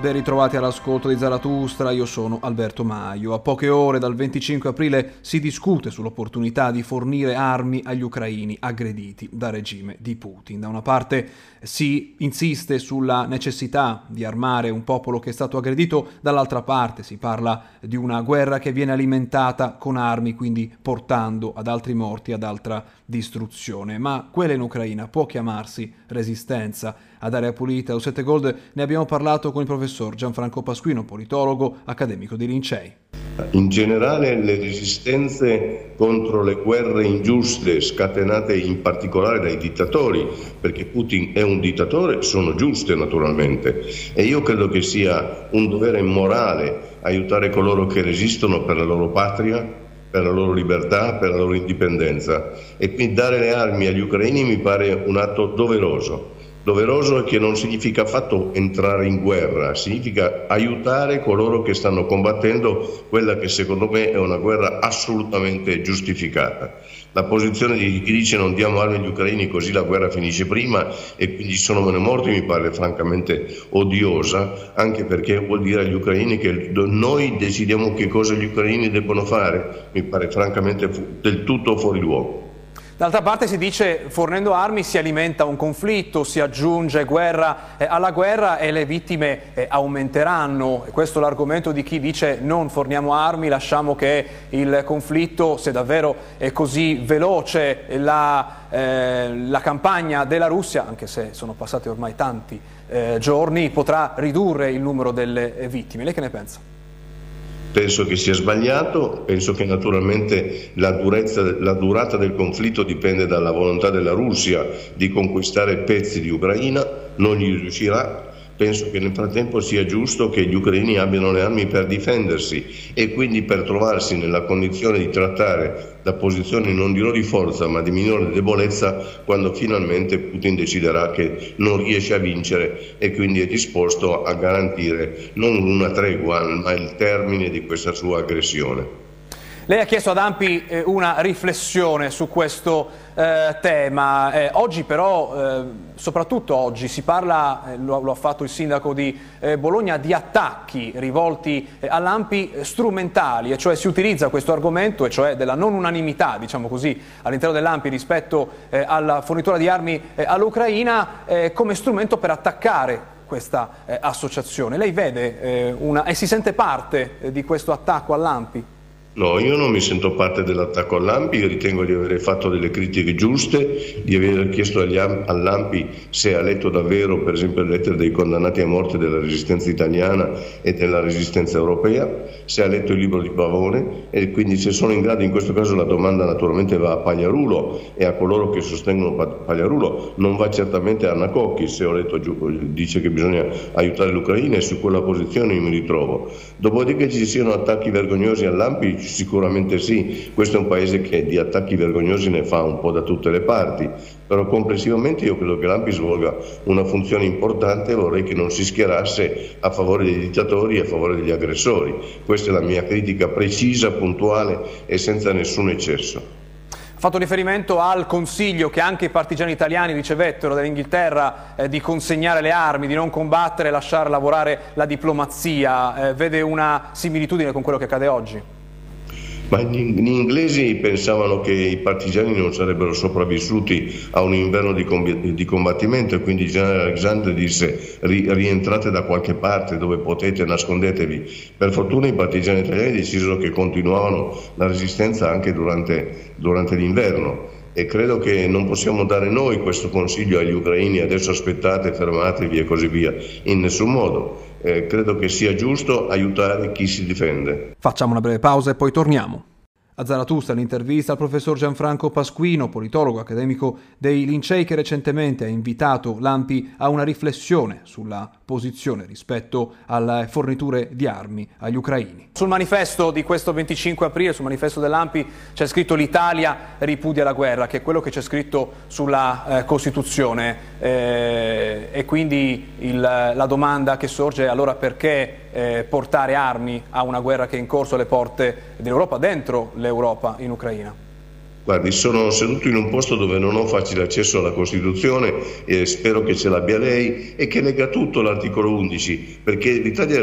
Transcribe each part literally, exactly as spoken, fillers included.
Ben ritrovati all'ascolto di Zarathustra, io sono Alberto Maio. A poche ore dal venticinque aprile si discute sull'opportunità di fornire armi agli ucraini aggrediti dal regime di Putin. Da una parte si insiste sulla necessità di armare un popolo che è stato aggredito, dall'altra parte si parla di una guerra che viene alimentata con armi, quindi portando ad altri morti, ad altra distruzione. Ma quella in Ucraina può chiamarsi resistenza? Ad Area Pulita o Sette Gold ne abbiamo parlato con il professor Gianfranco Pasquino, politologo, accademico di Lincei. In generale le resistenze contro le guerre ingiuste scatenate in particolare dai dittatori, perché Putin è un dittatore, sono giuste naturalmente, e io credo che sia un dovere morale aiutare coloro che resistono per la loro patria, per la loro libertà, per la loro indipendenza, e quindi dare le armi agli ucraini mi pare un atto doveroso. Doveroso che non significa affatto entrare in guerra, significa aiutare coloro che stanno combattendo quella che secondo me è una guerra assolutamente giustificata. La posizione di chi dice non diamo armi agli ucraini così la guerra finisce prima e quindi ci sono meno morti mi pare francamente odiosa, anche perché vuol dire agli ucraini che noi decidiamo che cosa gli ucraini debbono fare, mi pare francamente del tutto fuori luogo. D'altra parte si dice fornendo armi si alimenta un conflitto, si aggiunge guerra eh, alla guerra e le vittime eh, aumenteranno. Questo è l'argomento di chi dice non forniamo armi, lasciamo che il conflitto, se davvero è così veloce la, eh, la campagna della Russia, anche se sono passati ormai tanti eh, giorni, potrà ridurre il numero delle vittime. Lei che ne pensa? Penso che sia sbagliato, penso che naturalmente la, durezza, la durata del conflitto dipende dalla volontà della Russia di conquistare pezzi di Ucraina, non gli riuscirà. Penso che nel frattempo sia giusto che gli ucraini abbiano le armi per difendersi e quindi per trovarsi nella condizione di trattare da posizioni non dirò di forza ma di minore debolezza quando finalmente Putin deciderà che non riesce a vincere e quindi è disposto a garantire non una tregua ma il termine di questa sua aggressione. Lei ha chiesto ad Ampi eh, una riflessione su questo eh, tema. Eh, oggi però, eh, soprattutto oggi, si parla, eh, lo, lo ha fatto il sindaco di eh, Bologna, di attacchi rivolti eh, all'Ampi strumentali, e cioè si utilizza questo argomento, e cioè della non unanimità, diciamo così, all'interno dell'Ampi rispetto eh, alla fornitura di armi eh, all'Ucraina eh, come strumento per attaccare questa eh, associazione. Lei vede eh, una, e si sente parte eh, di questo attacco all'Ampi? No, io non mi sento parte dell'attacco all'Ampi, io ritengo di aver fatto delle critiche giuste, di aver chiesto all'Ampi se ha letto davvero per esempio le lettere dei condannati a morte della resistenza italiana e della resistenza europea, se ha letto il libro di Pavone, e quindi se sono in grado, in questo caso la domanda naturalmente va a Pagliarulo e a coloro che sostengono Pagliarulo, non va certamente a Annacocchi, se ho letto giù, dice che bisogna aiutare l'Ucraina e su quella posizione io mi ritrovo. Dopodiché ci siano attacchi vergognosi all'Ampi, sicuramente sì, questo è un paese che di attacchi vergognosi ne fa un po' da tutte le parti, però complessivamente io credo che l'Ampi svolga una funzione importante e vorrei che non si schierasse a favore dei dittatori e a favore degli aggressori. Questa è la mia critica precisa, puntuale e senza nessun eccesso. Ha fatto riferimento al consiglio che anche i partigiani italiani ricevettero dall'Inghilterra eh, di consegnare le armi, di non combattere, lasciare lavorare la diplomazia. Eh, vede una similitudine con quello che accade oggi? Ma gli inglesi pensavano che i partigiani non sarebbero sopravvissuti a un inverno di combattimento e quindi il generale Alexander disse rientrate da qualche parte dove potete, nascondetevi. Per fortuna i partigiani italiani decisero che continuavano la resistenza anche durante, durante l'inverno. E credo che non possiamo dare noi questo consiglio agli ucraini, adesso aspettate, fermatevi e così via, in nessun modo. Eh, credo che sia giusto aiutare chi si difende. Facciamo una breve pausa e poi torniamo. A Zarathustra l'intervista al professor Gianfranco Pasquino, politologo accademico dei Lincei, che recentemente ha invitato l'Ampi a una riflessione sulla posizione rispetto alle forniture di armi agli ucraini. Sul manifesto di questo venticinque aprile, sul manifesto dell'Ampi, c'è scritto l'Italia ripudia la guerra, che è quello che c'è scritto sulla eh, Costituzione, eh, e quindi il, la domanda che sorge è allora perché eh, portare armi a una guerra che è in corso alle porte dell'Europa, dentro l'Europa, in Ucraina? Guardi, sono seduto in un posto dove non ho facile accesso alla Costituzione e spero che ce l'abbia lei, e che legga tutto l'articolo undici, perché l'Italia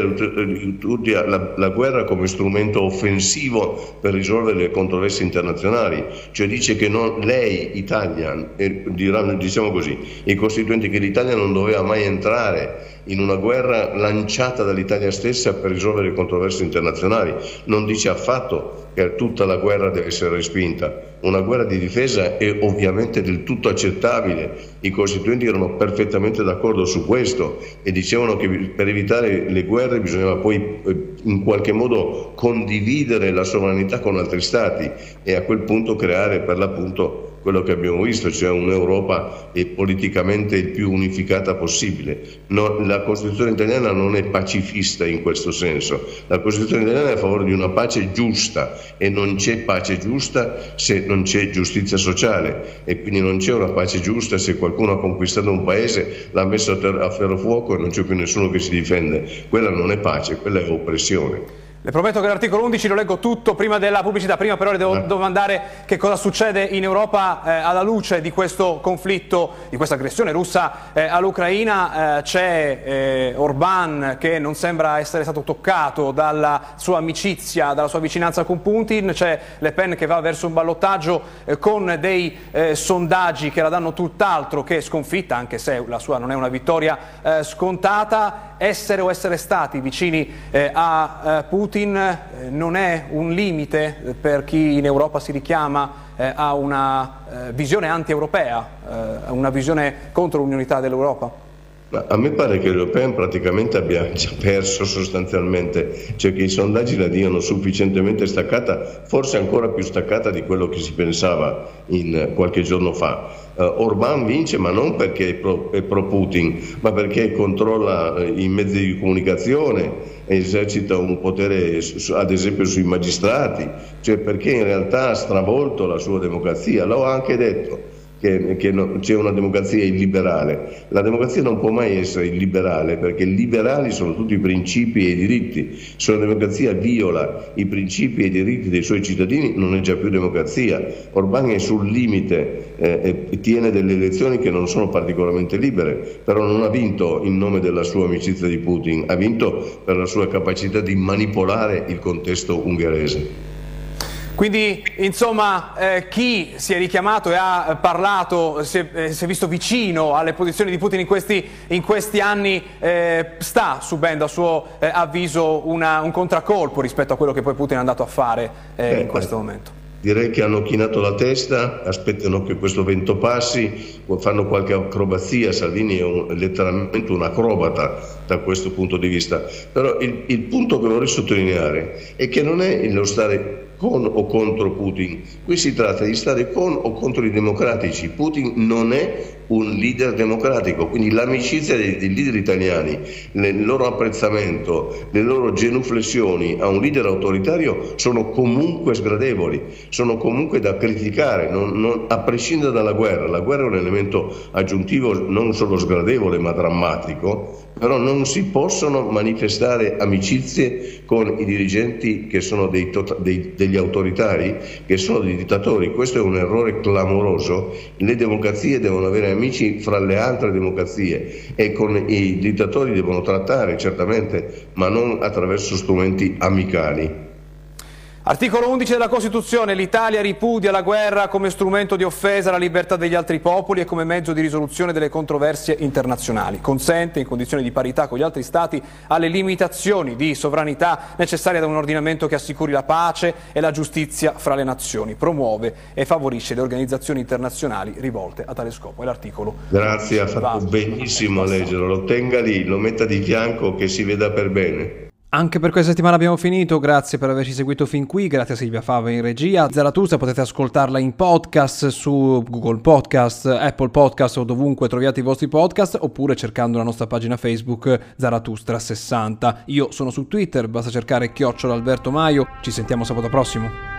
usa la, la guerra come strumento offensivo per risolvere le controversie internazionali, cioè dice che non, lei, Italia, e diranno, diciamo così, i costituenti, che l'Italia non doveva mai entrare in una guerra lanciata dall'Italia stessa per risolvere le controversie internazionali. Non dice affatto che tutta la guerra deve essere respinta. Una guerra di difesa è ovviamente del tutto accettabile, i costituenti erano perfettamente d'accordo su questo e dicevano che per evitare le guerre bisognava poi in qualche modo condividere la sovranità con altri stati e a quel punto creare per l'appunto quello che abbiamo visto, cioè un'Europa politicamente il più unificata possibile. No, la Costituzione italiana non è pacifista in questo senso, la Costituzione italiana è a favore di una pace giusta e non c'è pace giusta se non c'è giustizia sociale, e quindi non c'è una pace giusta se qualcuno ha conquistato un paese, l'ha messo a, ter- a ferro fuoco e non c'è più nessuno che si difende. Quella non è pace, quella è oppressione. Le prometto che l'articolo undici lo leggo tutto prima della pubblicità. Prima però le devo domandare che cosa succede in Europa eh, alla luce di questo conflitto, di questa aggressione russa eh, all'Ucraina. Eh, c'è eh, Orbán che non sembra essere stato toccato dalla sua amicizia, dalla sua vicinanza con Putin, c'è Le Pen che va verso un ballottaggio eh, con dei eh, sondaggi che la danno tutt'altro che sconfitta, anche se la sua non è una vittoria eh, scontata. Essere o essere stati vicini eh, a eh, Putin eh, non è un limite per chi in Europa si richiama eh, a una eh, visione anti-europea, eh, a una visione contro l'unità dell'Europa? Ma a me pare che Le Pen praticamente abbia già perso sostanzialmente, cioè che i sondaggi la diano sufficientemente staccata, forse ancora più staccata di quello che si pensava in qualche giorno fa. Uh, Orbán vince, ma non perché è pro, è pro Putin, ma perché controlla uh, i mezzi di comunicazione, esercita un potere su, ad esempio sui magistrati, cioè perché in realtà ha stravolto la sua democrazia. L'ho anche detto che, che no, c'è una democrazia illiberale. La democrazia non può mai essere illiberale, perché liberali sono tutti i principi e i diritti. Se una democrazia viola i principi e i diritti dei suoi cittadini non è già più democrazia. Orbán è sul limite eh, e tiene delle elezioni che non sono particolarmente libere, però non ha vinto in nome della sua amicizia di Putin, ha vinto per la sua capacità di manipolare il contesto ungherese. Quindi, insomma, eh, chi si è richiamato e ha parlato, si è, eh, si è visto vicino alle posizioni di Putin in questi, in questi anni, eh, sta subendo a suo eh, avviso una, un contraccolpo rispetto a quello che poi Putin è andato a fare eh, eh, in questo momento. Direi che hanno chinato la testa, aspettano che questo vento passi, fanno qualche acrobazia. Salvini è un, letteralmente un acrobata da questo punto di vista. Però il, il punto che vorrei sottolineare è che non è lo stare con o contro Putin, qui si tratta di stare con o contro i democratici. Putin non è un leader democratico, quindi l'amicizia dei, dei leader italiani, il loro apprezzamento, le loro genuflessioni a un leader autoritario sono comunque sgradevoli, sono comunque da criticare, non, non, a prescindere dalla guerra. La guerra è un elemento aggiuntivo non solo sgradevole ma drammatico, però non si possono manifestare amicizie con i dirigenti che sono dei, tota, dei, degli autoritari, che sono dei dittatori. Questo è un errore clamoroso. Le democrazie devono avere amici fra le altre democrazie e con i dittatori devono trattare certamente, ma non attraverso strumenti amicali. Articolo undici della Costituzione. L'Italia ripudia la guerra come strumento di offesa alla libertà degli altri popoli e come mezzo di risoluzione delle controversie internazionali. Consente, in condizioni di parità con gli altri Stati, alle limitazioni di sovranità necessarie ad un ordinamento che assicuri la pace e la giustizia fra le nazioni. Promuove e favorisce le organizzazioni internazionali rivolte a tale scopo. È l'articolo. Grazie, ha fatto benissimo a leggerlo. Lo tenga lì, lo metta di fianco che si veda per bene. Anche per questa settimana abbiamo finito, grazie per averci seguito fin qui, grazie a Silvia Fava in regia. Zarathustra potete ascoltarla in podcast su Google Podcast, Apple Podcast o dovunque troviate i vostri podcast, oppure cercando la nostra pagina Facebook Zarathustra sessanta. Io sono su Twitter, basta cercare chiocciola Alberto Maio, ci sentiamo sabato prossimo.